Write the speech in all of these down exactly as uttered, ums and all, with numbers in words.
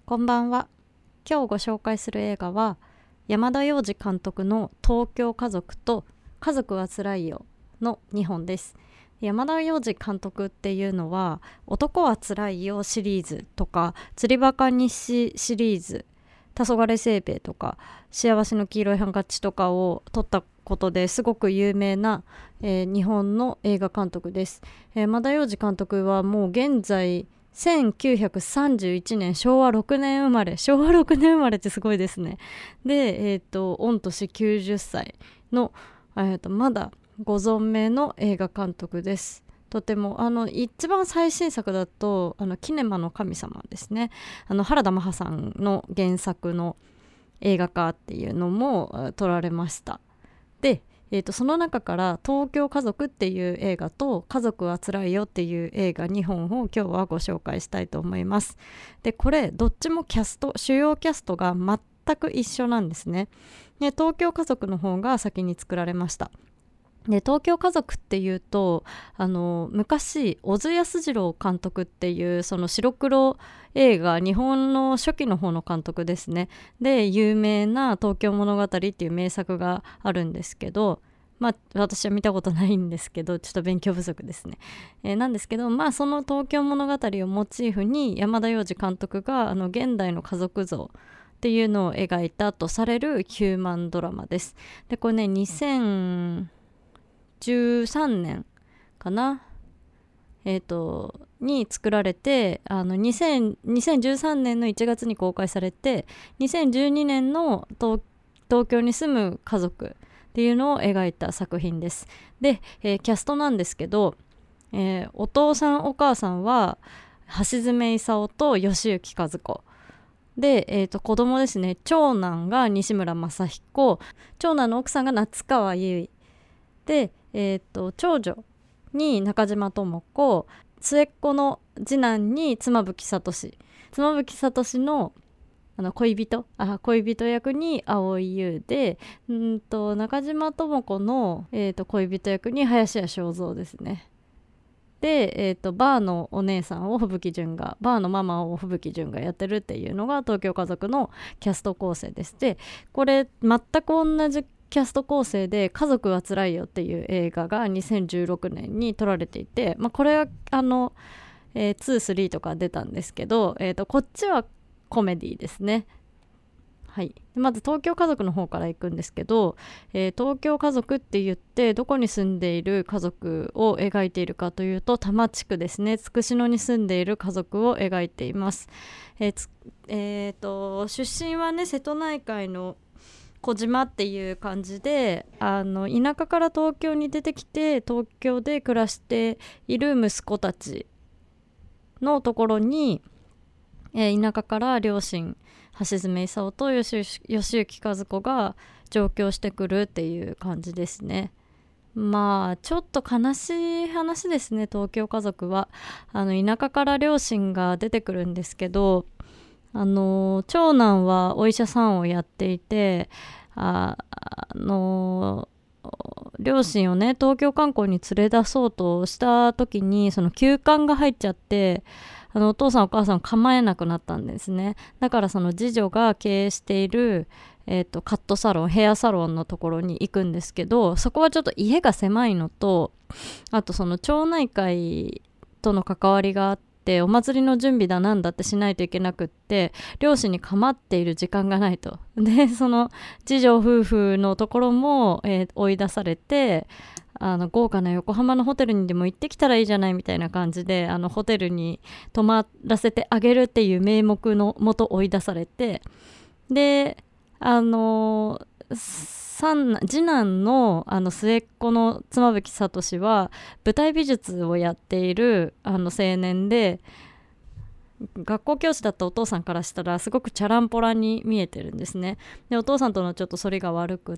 こんばんは。今日ご紹介する映画は山田洋次監督の東京家族と家族はつらいよのにほんです。山田洋次監督っていうのは男はつらいよシリーズとか釣りバカ日誌シリーズ、黄昏せいべいとか幸せの黄色いハンカチとかを撮ったことですごく有名な、えー日本の映画監督です。えー山田洋次監督はもう現在せんきゅうひゃくさんじゅういちねん、しょうわろくねん生まれ、昭和ろくねん生まれってすごいですね。で、えっ、と御年きゅうじゅっさいの、えー、とまだご存命の映画監督です。とてもあの一番最新作だとあのキネマの神様ですね。あの原田マハさんの原作の映画化っていうのもえー撮られました。で、えーとその中から東京家族っていう映画と家族はつらいよっていう映画にほんを今日はご紹介したいと思います。で、これどっちもキャスト、主要キャストが全く一緒なんですね。で、東京家族の方が先に作られました。で、東京家族っていうとあの昔小津安二郎監督っていうその白黒映画、日本の初期の方の監督ですね。で有名な東京物語っていう名作があるんですけど、まあ私は見たことないんですけどちょっと勉強不足ですね。えーなんですけど、まあその東京物語をモチーフに山田洋次監督があの現代の家族像っていうのを描いたとされるヒューマンドラマです。でこれねにせんじゅうさんねんかな、えー、とに作られて、あのにせんにせんじゅうさんねんのいちがつに公開されて、にせんじゅうにねんの東東京に住む家族っていうのを描いた作品です。で、えーキャストなんですけど、えーお父さんお母さんは橋爪功と吉行和子で、えー、と子供ですね、長男が西村雅彦、長男の奥さんが夏川優衣で、えー、と長女に中島智子、末っ子の次男に妻夫木聡、妻夫木聡のあの恋人あ恋人役に蒼井優で、んーと中島智子の、えー、と恋人役に林家正蔵ですね。で、えー、とバーのお姉さんを吹雪純が、バーのママを吹雪純がやってるっていうのが東京家族のキャスト構成です。でこれ全く同じキャスト構成で家族はつらいよっていう映画がにせんじゅうろくねんに撮られていて、まあ、これはあの、えー、に、さんとか出たんですけど、えー、とこっちはコメディですね。はい、まず東京家族の方から行くんですけど、えー東京家族って言ってどこに住んでいる家族を描いているかというと多摩地区ですね、筑紫野に住んでいる家族を描いています。えーつえーと出身はね瀬戸内海の小島っていう感じで、あの田舎から東京に出てきて東京で暮らしている息子たちのところに、えー田舎から両親橋爪功と吉吉行和子が上京してくるっていう感じですね。まあちょっと悲しい話ですね。東京家族はあの田舎から両親が出てくるんですけど、あの長男はお医者さんをやっていて、あ、あの両親をね東京観光に連れ出そうとした時にその休館が入っちゃって、あのお父さんお母さん構えなくなったんですね。だからその次女が経営している、えーと、カットサロンヘアサロンのところに行くんですけど、そこはちょっと家が狭いのと、あとその町内会との関わりがあってお祭りの準備だなんだってしないといけなくって、両親に構っている時間がないと。でその次女夫婦のところも、えー追い出されて、あの豪華な横浜のホテルにでも行ってきたらいいじゃないみたいな感じで、あのホテルに泊まらせてあげるっていう名目のもと追い出されて、であの三次男のあの末っ子の妻夫木聡は舞台美術をやっているあの青年で、学校教師だったお父さんからしたらすごくチャランポラに見えてるんですね。でお父さんとのちょっと反りが悪くって、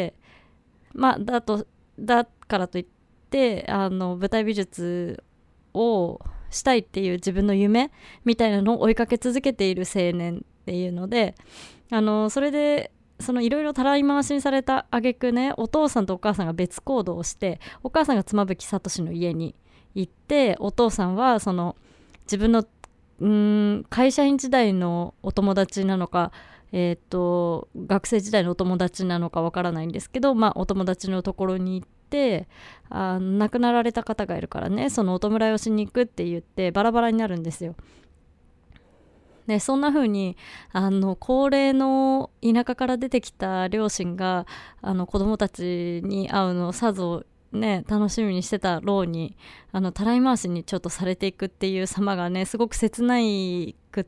まあだとだからといってあの舞台美術をしたいっていう自分の夢みたいなのを追いかけ続けている青年っていうので、あのそれでそのいろいろたらい回しにされた挙句ね、お父さんとお母さんが別行動をして、お母さんが妻夫木聡の家に行って、お父さんはその自分のうーん会社員時代のお友達なのか、えー、と学生時代のお友達なのかわからないんですけど、まあ、お友達のところに行って、あ亡くなられた方がいるからね、そのお弔いをしに行くって言ってバラバラになるんですよ。でそんな風にあの高齢の田舎から出てきた両親があの子供たちに会うのをさぞね楽しみにしてたろうに、あのたらい回しにちょっとされていくっていう様がねすごく切ないくって、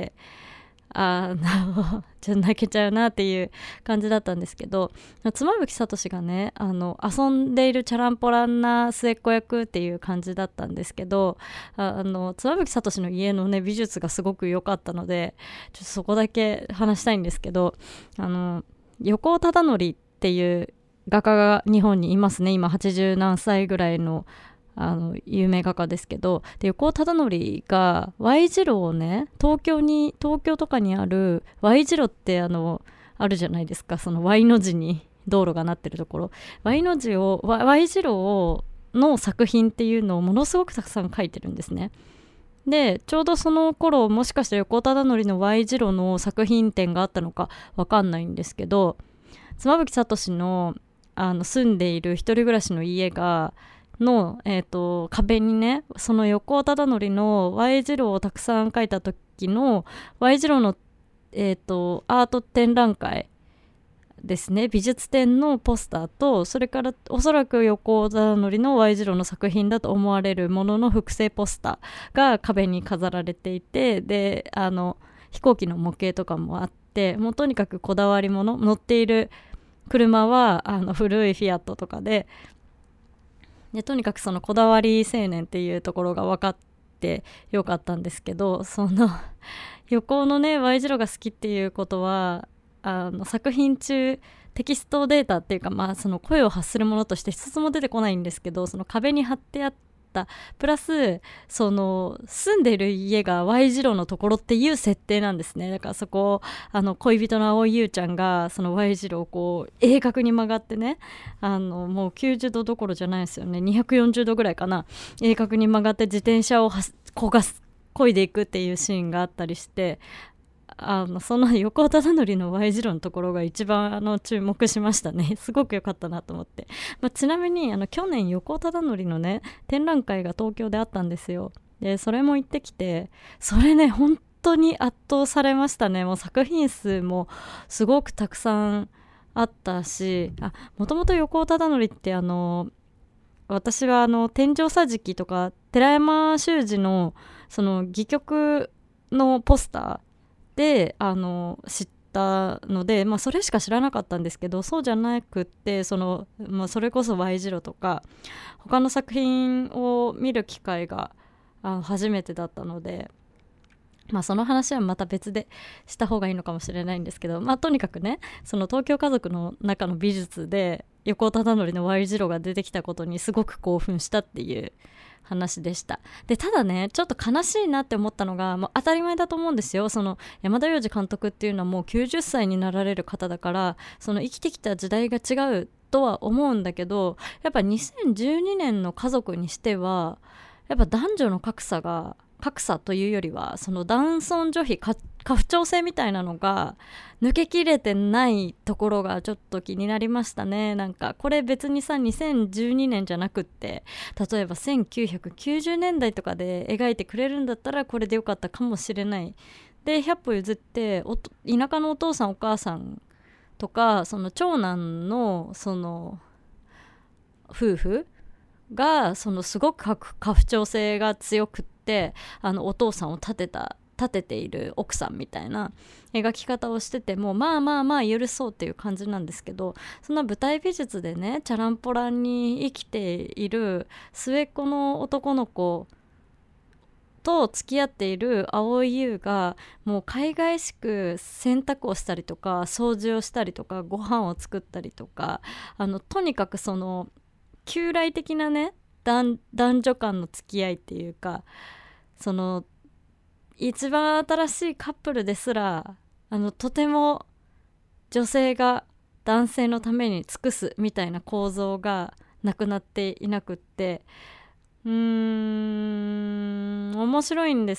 あのちょっと泣けちゃうなっていう感じだったんですけど、妻夫木聡がねあの遊んでいるチャランポランな末っ子役っていう感じだったんですけど、ああの妻夫木聡の家のね美術がすごく良かったので、ちょっとそこだけ話したいんですけど、あの横尾忠則っていう画家が日本にいますね。今はちじゅう何歳ぐらいのあの有名画家ですけど、で横尾忠則が Y 字路をね、東京に東京とかにある Y 字路ってあのあるじゃないですか、その Y の字に道路がなってるところ、 Y の字を Y 字路をの作品っていうのをものすごくたくさん描いてるんですね。でちょうどその頃もしかしたら横尾忠則の Y 字路の作品展があったのかわかんないんですけど、妻夫木聡のあの住んでいる一人暮らしの家がの、えー、と壁にね、その横尾忠則の Y 字路をたくさん描いた時の Y 字路の、えー、とアート展覧会ですね、美術展のポスターと、それからおそらく横尾忠則の Y 字路の作品だと思われるものの複製ポスターが壁に飾られていて、であの飛行機の模型とかもあって、もうとにかくこだわりもの、乗っている車はあの古いフィアットとかで、でとにかくそのこだわり青年っていうところが分かってよかったんですけど、その横尾のね Y 字路が好きっていうことは、あの作品中テキストデータっていうか、まあその声を発するものとして一つも出てこないんですけど、その壁に貼ってあったプラスその住んでいる家が Y 字路のところっていう設定なんですね。だからそこあの恋人の蒼井優ちゃんがその Y 字路をこう鋭角に曲がってね、あのもうきゅうじゅうどどころじゃないですよね、にひゃくよんじゅうどぐらいかな、鋭角に曲がって自転車をこがす漕いでいくっていうシーンがあったりして、あのその横尾忠則の Y 字路のところが一番あの注目しましたね。すごく良かったなと思って、まあ、ちなみにあの去年横尾忠則のね展覧会が東京であったんですよ。でそれも行ってきて、それね本当に圧倒されましたね。もう作品数もすごくたくさんあったし、あもともと横尾忠則ってあの私はあの天井桟敷とか寺山修司のその戯曲のポスターであの知ったので、まあ、それしか知らなかったんですけど、そうじゃなくってその、まあ、それこそ Y 字路とか他の作品を見る機会があの初めてだったので、まあ、その話はまた別でした方がいいのかもしれないんですけど、まあ、とにかくねその東京家族の中の美術で横尾忠則の Y 字路が出てきたことにすごく興奮したっていう話でした。でただねちょっと悲しいなって思ったのが、もう当たり前だと思うんですよ。その山田洋次監督っていうのはもうきゅうじゅっさいになられる方だから、その生きてきた時代が違うとは思うんだけど、やっぱにせんじゅうにねんの家族にしてはやっぱ男女の格差が格差というよりはその男尊女卑、家父長制みたいなのが抜けきれてないところがちょっと気になりましたね。なんかこれ別にさにせんじゅうにねんじゃなくって、例えばせんきゅうひゃくきゅうじゅうねんだいとかで描いてくれるんだったらこれでよかったかもしれない。でひゃっぽ譲っておと田舎のお父さんお母さんとかその長男のその夫婦がそのすごく家父長制が強くって、あのお父さんを立てた立てている奥さんみたいな描き方をしてても、まあまあまあ許そうっていう感じなんですけど、そんな舞台美術でねチャランポランに生きている末っ子の男の子と付き合っている蒼井優がもう海外しく洗濯をしたりとか掃除をしたりとかご飯を作ったりとか、あのとにかくその旧来的なね 男, 男女間の付き合いっていうか、その一番新しいカップルですらあのとても女性が男性のために尽くすみたいな構造がなくなっていなくって、うーん面白いんです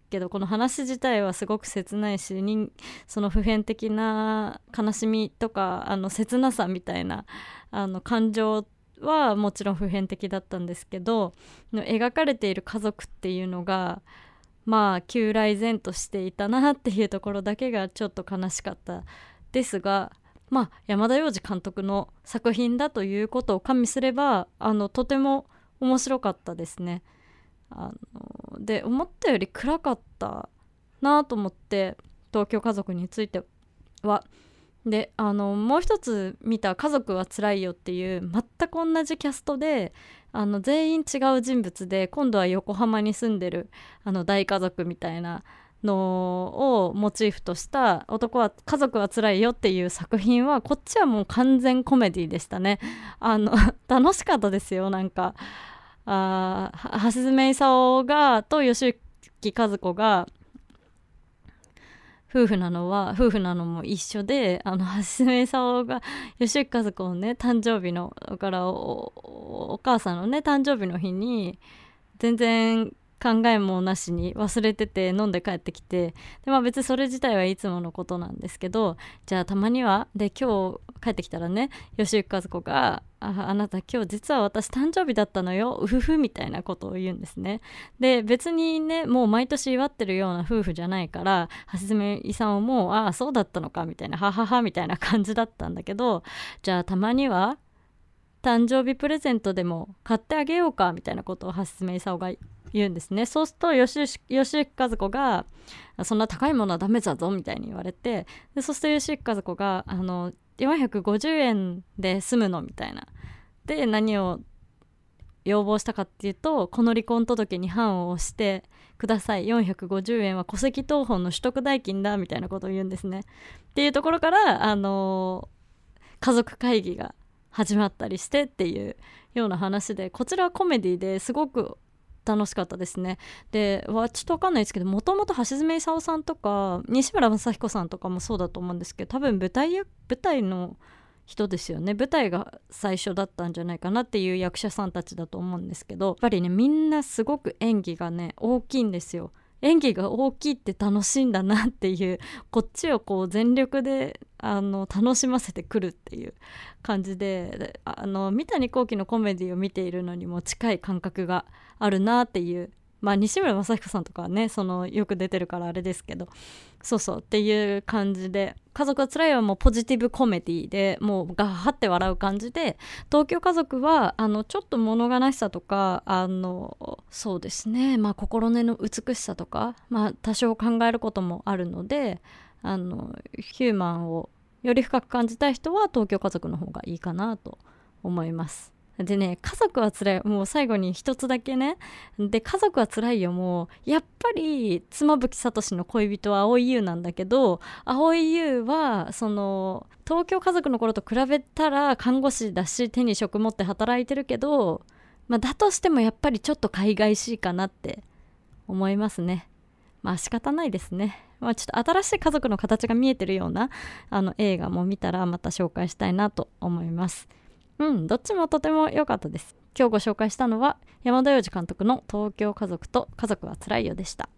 けど、この話自体はすごく切ないし、人その普遍的な悲しみとかあの切なさみたいなあの感情はもちろん普遍的だったんですけど、描かれている家族っていうのがまあ旧来然としていたなっていうところだけがちょっと悲しかったですが、まあ山田洋次監督の作品だということを加味すればあのとても面白かったですね。あので思ったより暗かったなと思って、東京家族については。であのもう一つ見た家族はつらいよっていう全く同じキャストであの全員違う人物で、今度は横浜に住んでるあの大家族みたいなのをモチーフとした男は家族はつらいよっていう作品は、こっちはもう完全コメディでしたね。あの楽しかったですよ。なんかあ橋爪功がと吉行和子が夫婦なのは夫婦なのも一緒で、あの橋爪功が吉行和子をね誕生日のだからおお母さんのね誕生日の日に全然考えもなしに忘れてて飲んで帰ってきて、で、まあ、別にそれ自体はいつものことなんですけど、じゃあたまにはで今日帰ってきたらね吉行和子が あ, あなた今日実は私誕生日だったのようふふみたいなことを言うんですね。で別にねもう毎年祝ってるような夫婦じゃないから、橋爪功もああそうだったのかみたいなはははみたいな感じだったんだけど、じゃあたまには誕生日プレゼントでも買ってあげようかみたいなことを橋爪功が言うんですね。そうすると吉行和子がそんな高いものはダメだぞみたいに言われて、でそうすると吉行和子があのよんひゃくごじゅうえんで済むのみたいなで何を要望したかっていうと、この離婚届に判を押してください、よんひゃくごじゅうえんは戸籍謄本の取得代金だみたいなことを言うんですね。っていうところからあの家族会議が始まったりしてっていうような話で、こちらはコメディですごく楽しかったですね。でわちょっと分かんないですけど、もともと橋爪功さんとか西村雅彦さんとかもそうだと思うんですけど、多分舞台や舞台の人ですよね。舞台が最初だったんじゃないかなっていう役者さんたちだと思うんですけど、やっぱりねみんなすごく演技がね大きいんですよ。演技が大きいって楽しいんだなっていう、こっちをこう全力であの楽しませてくるっていう感じで、あの三谷幸喜のコメディを見ているのにも近い感覚があるなっていう、まあ西村雅彦さんとかはねそのよく出てるからあれですけど、そうそうっていう感じで、家族はつらいはもうポジティブコメディでもうガハって笑う感じで、東京家族はあのちょっと物悲しさとかあのそうですね、まあ心根の美しさとか、まあ多少考えることもあるので、あのヒューマンをより深く感じたい人は東京家族の方がいいかなと思います。でね、家族はつらい、もう最後に一つだけね、で家族はつらいよ、もうやっぱり妻夫木聡の恋人は蒼井優なんだけど、蒼井優はその東京家族の頃と比べたら看護師だし手に職持って働いてるけど、まあ、だとしてもやっぱりちょっと海外しいかなって思いますね。まあ仕方ないですね。まあ、ちょっと新しい家族の形が見えてるようなあの映画も見たらまた紹介したいなと思います。うん、どっちもとても良かったです。今日ご紹介したのは山田洋次監督の東京家族と家族はつらいよでした。